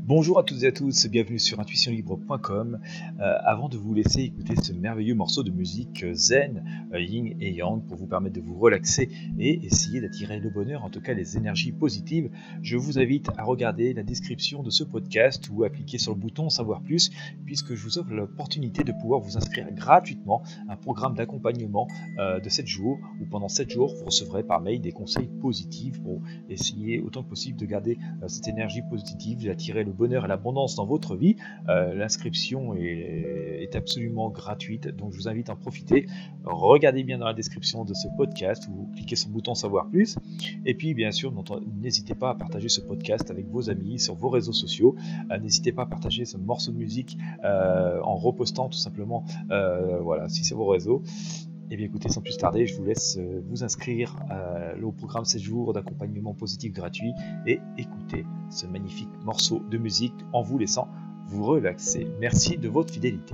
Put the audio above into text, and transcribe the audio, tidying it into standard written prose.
Bonjour à toutes et à tous, bienvenue sur intuitionlibre.com. Avant de vous laisser écouter ce merveilleux morceau de musique zen, yin et yang, pour vous permettre de vous relaxer et essayer d'attirer le bonheur, en tout cas les énergies positives, je vous invite à regarder la description de ce podcast ou à cliquer sur le bouton Savoir plus, puisque je vous offre l'opportunité de pouvoir vous inscrire gratuitement à un programme d'accompagnement de 7 jours, où pendant 7 jours, vous recevrez par mail des conseils positifs pour essayer autant que possible de garder cette énergie positive, d'attirer le bonheur et l'abondance dans votre vie. L'inscription est absolument gratuite, donc je vous invite à en profiter. Regardez bien dans la description de ce podcast ou cliquez sur le bouton Savoir plus. Et puis bien sûr, n'hésitez pas à partager ce podcast avec vos amis sur vos réseaux sociaux. N'hésitez pas à partager ce morceau de musique en repostant tout simplement si c'est vos réseaux. Et bien écoutez, sans plus tarder, je vous laisse vous inscrire au programme 7 jours d'accompagnement positif gratuit et écouter ce magnifique morceau de musique en vous laissant vous relaxer. Merci de votre fidélité.